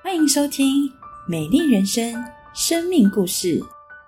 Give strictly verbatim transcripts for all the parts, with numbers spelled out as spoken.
欢迎收听《美丽人生》生命故事。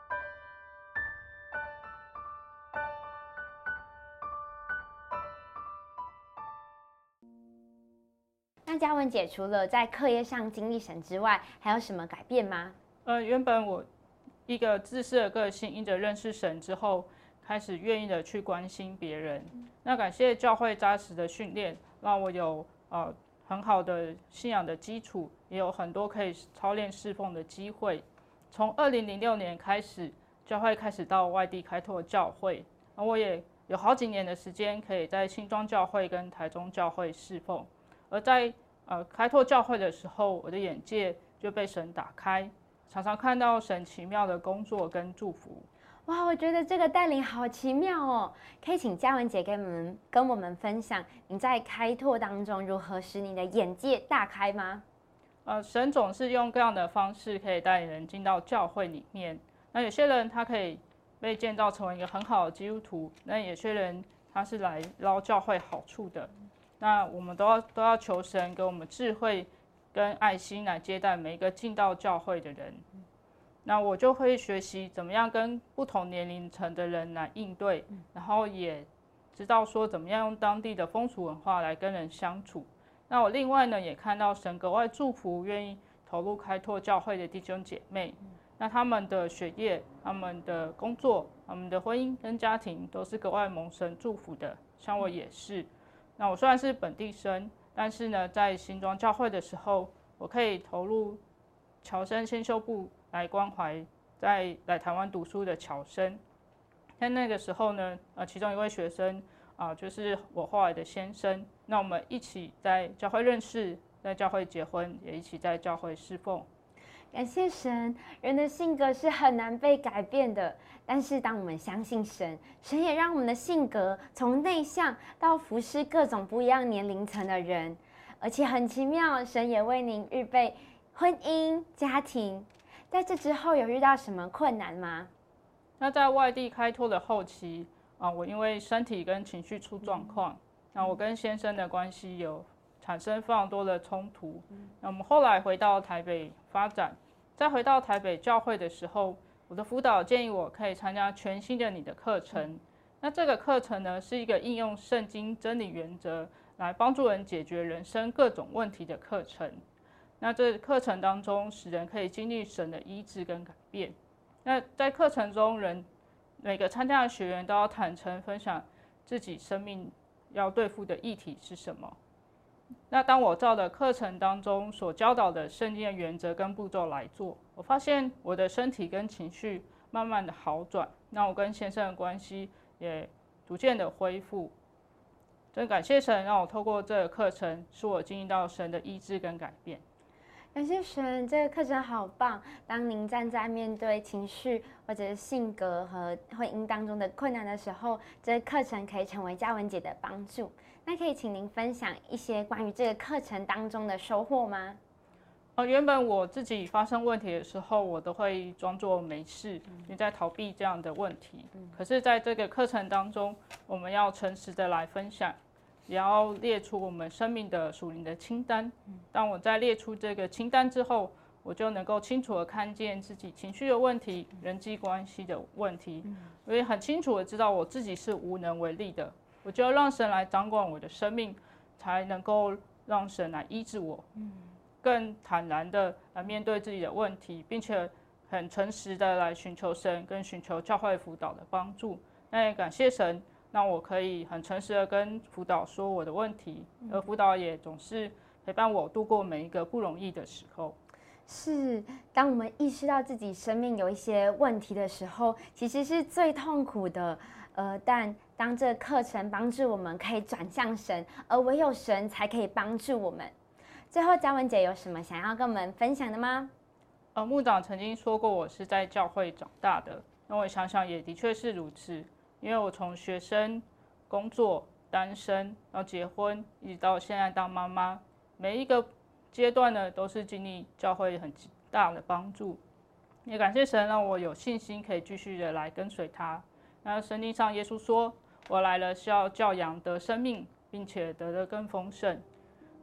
那嘉文姐除了在课业上经历神之外，还有什么改变吗？ 呃，原本我一个自私的个性，因着认识神之后，开始愿意的去关心别人。那感谢教会扎实的训练，让我有呃很好的信仰的基础，也有很多可以操练侍奉的机会。从二零零六年开始，教会开始到外地开拓教会，而我也有好几年的时间可以在新庄教会跟台中教会侍奉。而在呃开拓教会的时候，我的眼界就被神打开，常常看到神奇妙的工作跟祝福。 哇，我觉得这个带领好奇妙哦！可以请嘉文姐跟我们跟我们分享，您在开拓当中如何使你的眼界大开吗？ 呃，神总是用各样的方式可以带领人进到教会里面。那有些人他可以被建造成为一个很好的基督徒，那有些人他是来捞教会好处的。那我们都要都要求神给我们智慧跟爱心来接待每一个进到教会的人。那我就会学习怎么样跟不同年龄层的人来应对，然后也知道说怎么样用当地的风俗文化来跟人相处。那我另外呢也看到神格外祝福愿意投入开拓教会的弟兄姐妹，那他们的学业、他们的工作、他们的婚姻跟家庭都是格外蒙神祝福的，像我也是。那我虽然是本地生，但是呢在新庄教会的时候，我可以投入侨生先修部来关怀在来台湾读书的侨生。在那个时候呢，呃，其中一位学生啊、呃，就是我后来的先生。那我们一起在教会认识，在教会结婚，也一起在教会侍奉。 感谢神，人的性格是很难被改变的，但是当我们相信神，神也让我们的性格从内向到服侍各种不一样年龄层的人，而且很奇妙，神也为您预备婚姻、家庭。在这之后有遇到什么困难吗？ 那在外地开拓的后期啊，我因为身体跟情绪出状况，那我跟先生的关系有产生非常多的冲突。那我们后来回到台北发展，再回到台北教会的时候，我的辅导建议我可以参加全新的你的课程。那这个课程呢，是一个应用圣经真理原则来帮助人解决人生各种问题的课程。那这课程当中，使人可以经历神的医治跟改变。那在课程中，人每个参加的学员都要坦诚分享自己生命要对付的议题是什么。那当我照的课程当中所教导的圣经的原则跟步骤来做，我发现我的身体跟情绪慢慢的好转，那我跟先生的关系也逐渐的恢复。真感谢神，让我透过这个课程，使我经历到神的医治跟改变。 感谢神，这个课程好棒。当您站在面对情绪或者是性格和婚姻当中的困难的时候，这个课程可以成为嘉文姐的帮助。那可以请您分享一些关于这个课程当中的收获吗？ 呃，原本我自己发生问题的时候，我都会装作没事，你在逃避这样的问题。可是在这个课程当中，我们要诚实的来分享，也要列出我们生命的属灵的清单。当我在列出这个清单之后，我就能够清楚的看见自己情绪的问题、人际关系的问题，我也很清楚的知道我自己是无能为力的。我就要让神来掌管我的生命，才能够让神来医治我，更坦然的来面对自己的问题，并且很诚实的来寻求神跟寻求教会辅导的帮助。那也感谢神，让我可以很诚实的跟辅导说我的问题，而辅导也总是陪伴我度过每一个不容易的时候。 是，当我们意识到自己生命有一些问题的时候，其实是最痛苦的。呃，但当这个课程帮助我们可以转向神，而唯有神才可以帮助我们。最后，嘉文姐有什么想要跟我们分享的吗？ 呃，牧长曾经说过我是在教会长大的，那我想想也的确是如此，因为我从学生、工作、单身到结婚，一直到现在当妈妈，每一个阶段呢都是经历教会很大的帮助。也感谢神让我有信心可以继续的来跟随他。那圣经上耶稣说，我来了是要叫羊得生命，并且得得更丰盛。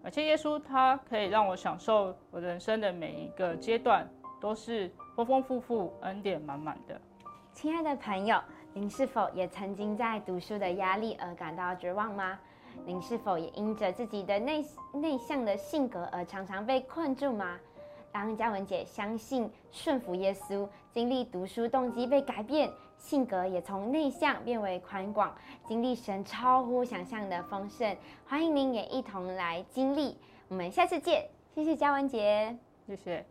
而且耶稣他可以让我享受我人生的每一个阶段，都是丰丰富富、恩典满满的。 亲爱的朋友，您是否也曾经在读书的压力而感到绝望吗？您是否也因着自己的内内向的性格而常常被困住吗？当嘉文姐相信顺服耶稣，经历读书动机被改变，性格也从内向变为宽广，经历神超乎想象的丰盛。欢迎您也一同来经历。我们下次见，谢谢嘉文姐， 谢谢。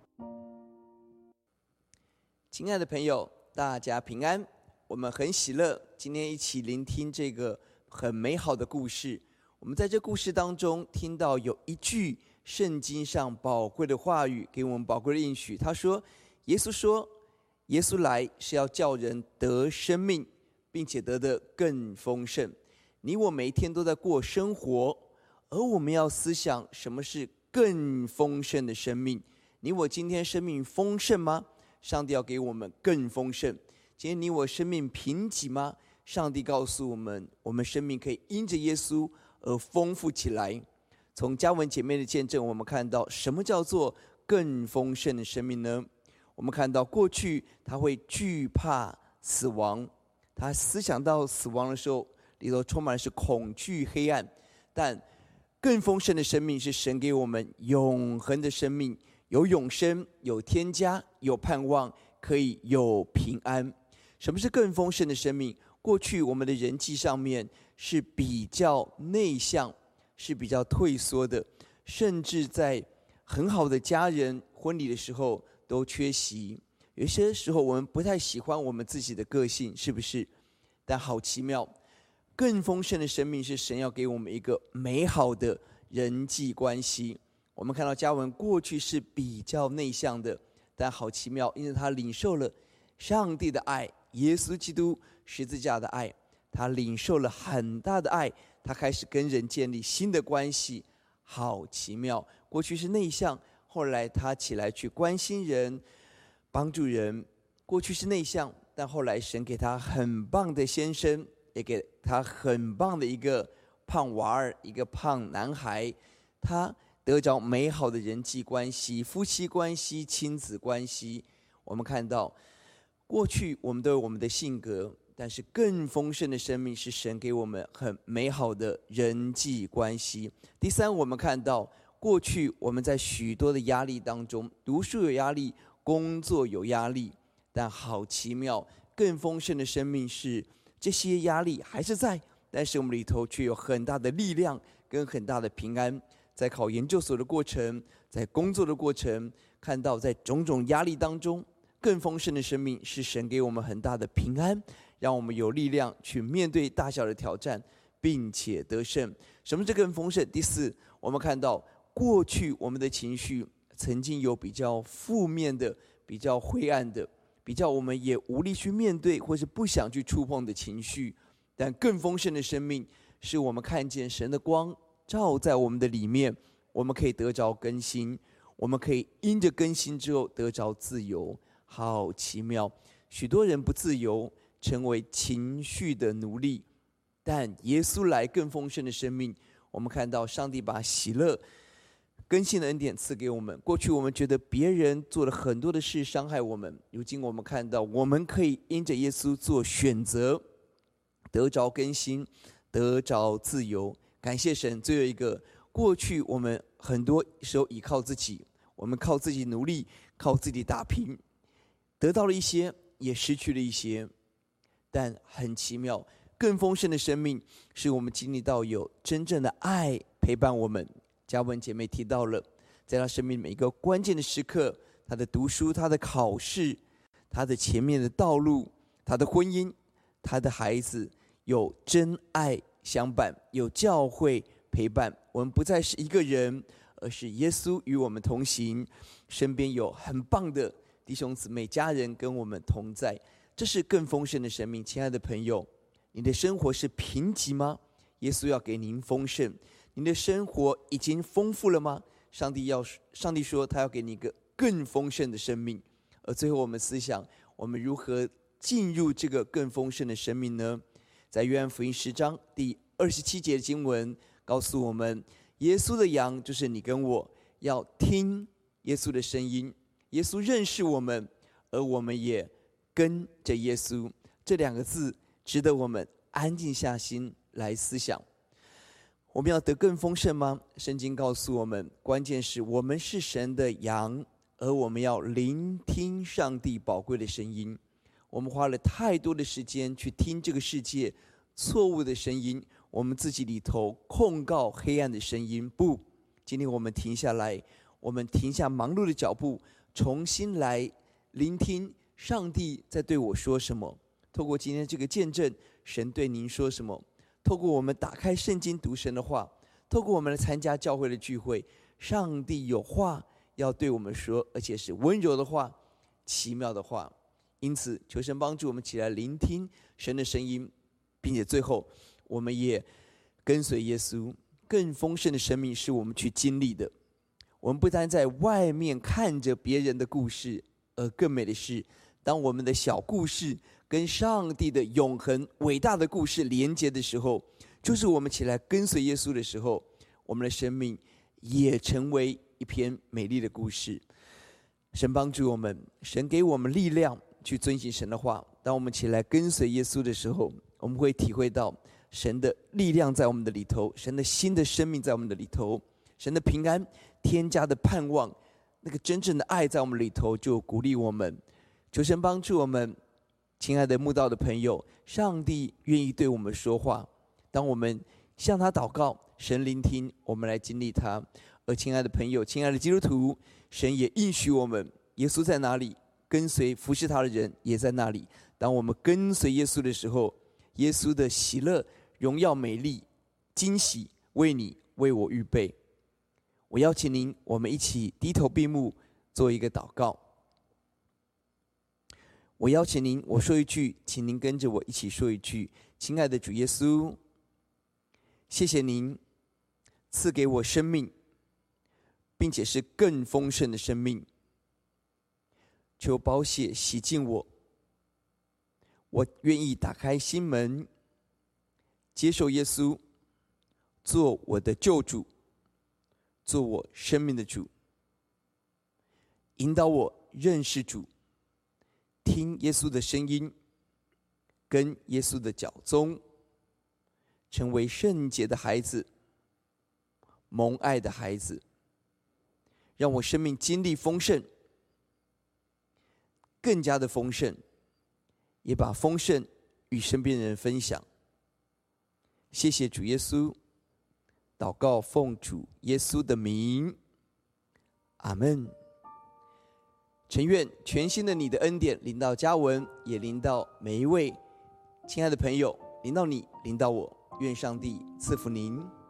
亲爱的朋友，大家平安。我们很喜乐，今天一起聆听这个很美好的故事。我们在这故事当中听到有一句圣经上宝贵的话语，给我们宝贵的应许。他说，耶稣说，耶稣来是要叫人得生命，并且得得更丰盛。你我每一天都在过生活，而我们要思想什么是更丰盛的生命。你我今天生命丰盛吗？上帝要给我们更丰盛。今天你我生命贫瘠吗？上帝告诉我们，我们生命可以因着耶稣而丰富起来。从嘉文姐妹的见证，我们看到什么叫做更丰盛的生命呢？我们看到过去他会惧怕死亡，他思想到死亡的时候，里头充满的是恐惧黑暗。但更丰盛的生命是神给我们永恒的生命，有永生，有添加，有盼望，可以有平安。什么是更丰盛的生命？过去我们的人际上面是比较内向，是比较退缩的，甚至在很好的家人婚礼的时候都缺席。有些时候我们不太喜欢我们自己的个性，是不是？但好奇妙，更丰盛的生命是神要给我们一个美好的人际关系。我们看到嘉文过去是比较内向的，但好奇妙，因为他领受了上帝的爱，耶稣基督十字架的爱，他领受了很大的爱，他开始跟人建立新的关系。好奇妙，过去是内向，后来他起来去关心人，帮助人。过去是内向，但后来神给他很棒的先生，也给他很棒的一个胖娃儿，一个胖男孩。他得着美好的人际关系，夫妻关系，亲子关系。我们看到过去我们都有我们的性格，但是更丰盛的生命是神给我们很美好的人际关系。第三，我们看到过去我们在许多的压力当中，读书有压力，工作有压力，但好奇妙，更丰盛的生命是这些压力还是在，但是我们里头却有很大的力量跟很大的平安。在考研究所的过程，在工作的过程，看到在种种压力当中，更丰盛的生命是神给我们很大的平安，让我们有力量去面对大小的挑战，并且得胜。什么是更丰盛？第四，我们看到过去我们的情绪曾经有比较负面的、比较灰暗的、比较我们也无力去面对或是不想去触碰的情绪，但更丰盛的生命是我们看见神的光照在我们的里面，我们可以得着更新，我们可以因着更新之后得着自由。好奇妙，许多人不自由，成为情绪的奴隶，但耶稣来更丰盛的生命。我们看到上帝把喜乐更新的恩典赐给我们。过去我们觉得别人做了很多的事伤害我们，如今我们看到我们可以因着耶稣做选择，得着更新，得着自由。感谢神。最后一个，过去我们很多时候依靠自己，我们靠自己努力，靠自己打拼，得到了一些，也失去了一些。但很奇妙，更丰盛的生命是我们经历到有真正的爱陪伴我们。嘉文姐妹提到了，在她生命每一个关键的时刻，她的读书，她的考试，她的前面的道路，她的婚姻，她的孩子，有真爱相伴，有教会陪伴。我们不再是一个人，而是耶稣与我们同行，身边有很棒的弟兄姊妹家人跟我们同在。这是更丰盛的生命。亲爱的朋友，你的生活是贫瘠吗？耶稣要给您丰盛。你的生活已经丰富了吗？上帝要上帝说他要给你一个更丰盛的生命。而最后我们思想，我们如何进入这个更丰盛的生命呢？在约翰福音十章第二十七节的经文告诉我们， 耶稣的羊就是你跟我，要听耶稣的声音。耶稣认识我们，而我们也跟着耶稣。这两个字值得我们安静下心来思想。我们要得更丰盛吗？圣经告诉我们，关键是我们是神的羊，而我们要聆听上帝宝贵的声音。我们花了太多的时间去听这个世界错误的声音，我们自己里头控告黑暗的声音。不，今天我们停下来，我们停下忙碌的脚步，重新来聆听上帝在对我说什么。透过今天这个见证，神对您说什么？透过我们打开圣经读神的话，透过我们来参加教会的聚会，上帝有话要对我们说，而且是温柔的话，奇妙的话。因此求神帮助我们起来聆听神的声音，并且最后我们也跟随耶稣。更丰盛的生命是我们去经历的。我们不单在外面看着别人的故事，而更美的是，当我们的小故事跟上帝的永恒伟大的故事连接的时候，就是我们起来跟随耶稣的时候，我们的生命也成为一篇美丽的故事。神帮助我们，神给我们力量去遵行神的话。当我们起来跟随耶稣的时候，我们会体会到神的力量在我们的里头，神的新的生命在我们的里头，神的平安添加的盼望，那个真正的爱在我们里头，就鼓励我们。求神帮助我们，亲爱的慕道的朋友，上帝愿意对我们说话，当我们向他祷告，神聆听，我们来经历他。而亲爱的朋友，亲爱的基督徒，神也应许我们，耶稣在哪里，跟随服侍他的人也在那里。当我们跟随耶稣的时候，耶稣的喜乐、荣耀、美丽、惊喜为你为我预备。我邀请您，我们一起低头闭目做一个祷告。我邀请您，我说一句，请您跟着我一起说一句：亲爱的主耶稣，谢谢您赐给我生命，并且是更丰盛的生命。求宝血洗净我，我愿意打开心门，接受耶稣做我的救主，做我生命的主，引导我认识主，听耶稣的声音，跟耶稣的脚踪，成为圣洁的孩子，蒙爱的孩子，让我生命经历丰盛，更加的丰盛，也把丰盛与身边人分享。谢谢主耶稣，祷告奉主耶稣的名，阿们。诚愿全新的你的恩典临到嘉文，也临到每一位亲爱的朋友，临到你，临到我。愿上帝赐福您。